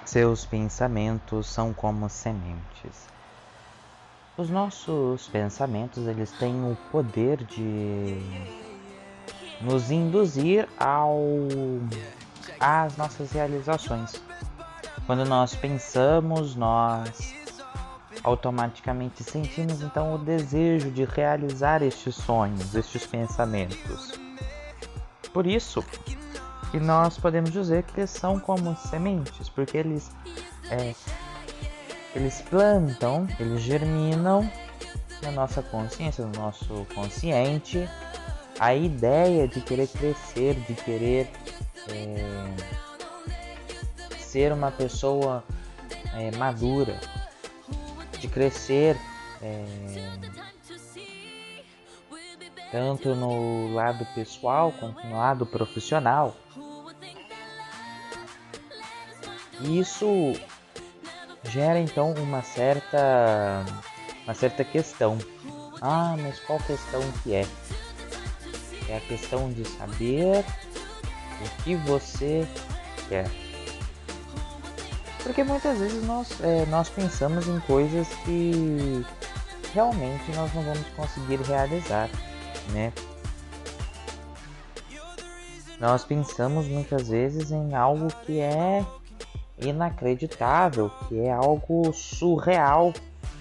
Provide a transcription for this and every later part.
Seus pensamentos são como sementes. Os nossos pensamentos, eles têm o poder de nos induzir às nossas realizações. Quando nós pensamos, nós automaticamente sentimos então o desejo de realizar estes sonhos, estes pensamentos. Por isso que nós podemos dizer que eles são como sementes, porque eles plantam, eles germinam na nossa consciência, no nosso consciente, a ideia de querer crescer, de querer ser uma pessoa madura, de crescer tanto no lado pessoal quanto no lado profissional. E isso gera então uma certa questão. Mas qual questão que é? É a questão de saber o que você quer. Porque muitas vezes nós pensamos em coisas que realmente nós não vamos conseguir realizar, né? Nós pensamos muitas vezes em algo que é inacreditável, que é algo surreal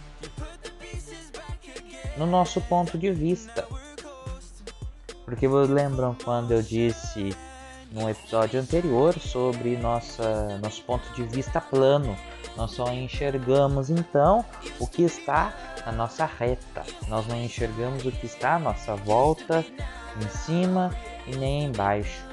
no nosso ponto de vista. Porque vocês lembram quando eu disse no episódio anterior sobre nosso ponto de vista plano? Nós só enxergamos então o que está na nossa reta. Nós não enxergamos o que está à nossa volta, em cima e nem embaixo.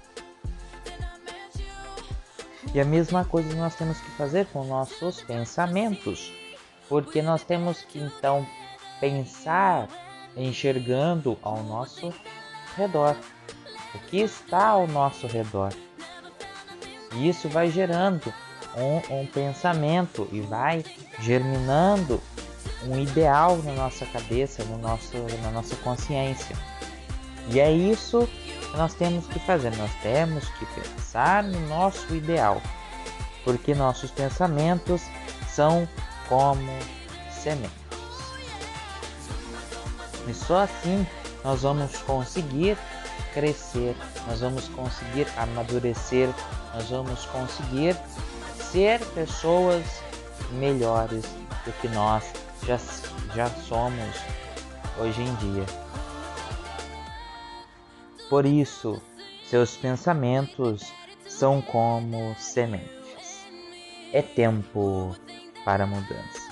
E a mesma coisa nós temos que fazer com nossos pensamentos, porque nós temos que então pensar enxergando ao nosso redor, o que está ao nosso redor. E isso vai gerando um pensamento e vai germinando um ideal na nossa cabeça, na nossa consciência. E é isso que nós temos que fazer, nós temos que pensar no nosso ideal, porque nossos pensamentos são como sementes. E só assim nós vamos conseguir crescer, nós vamos conseguir amadurecer, nós vamos conseguir ser pessoas melhores do que nós já somos hoje em dia. Por isso, seus pensamentos são como sementes. É tempo para mudança.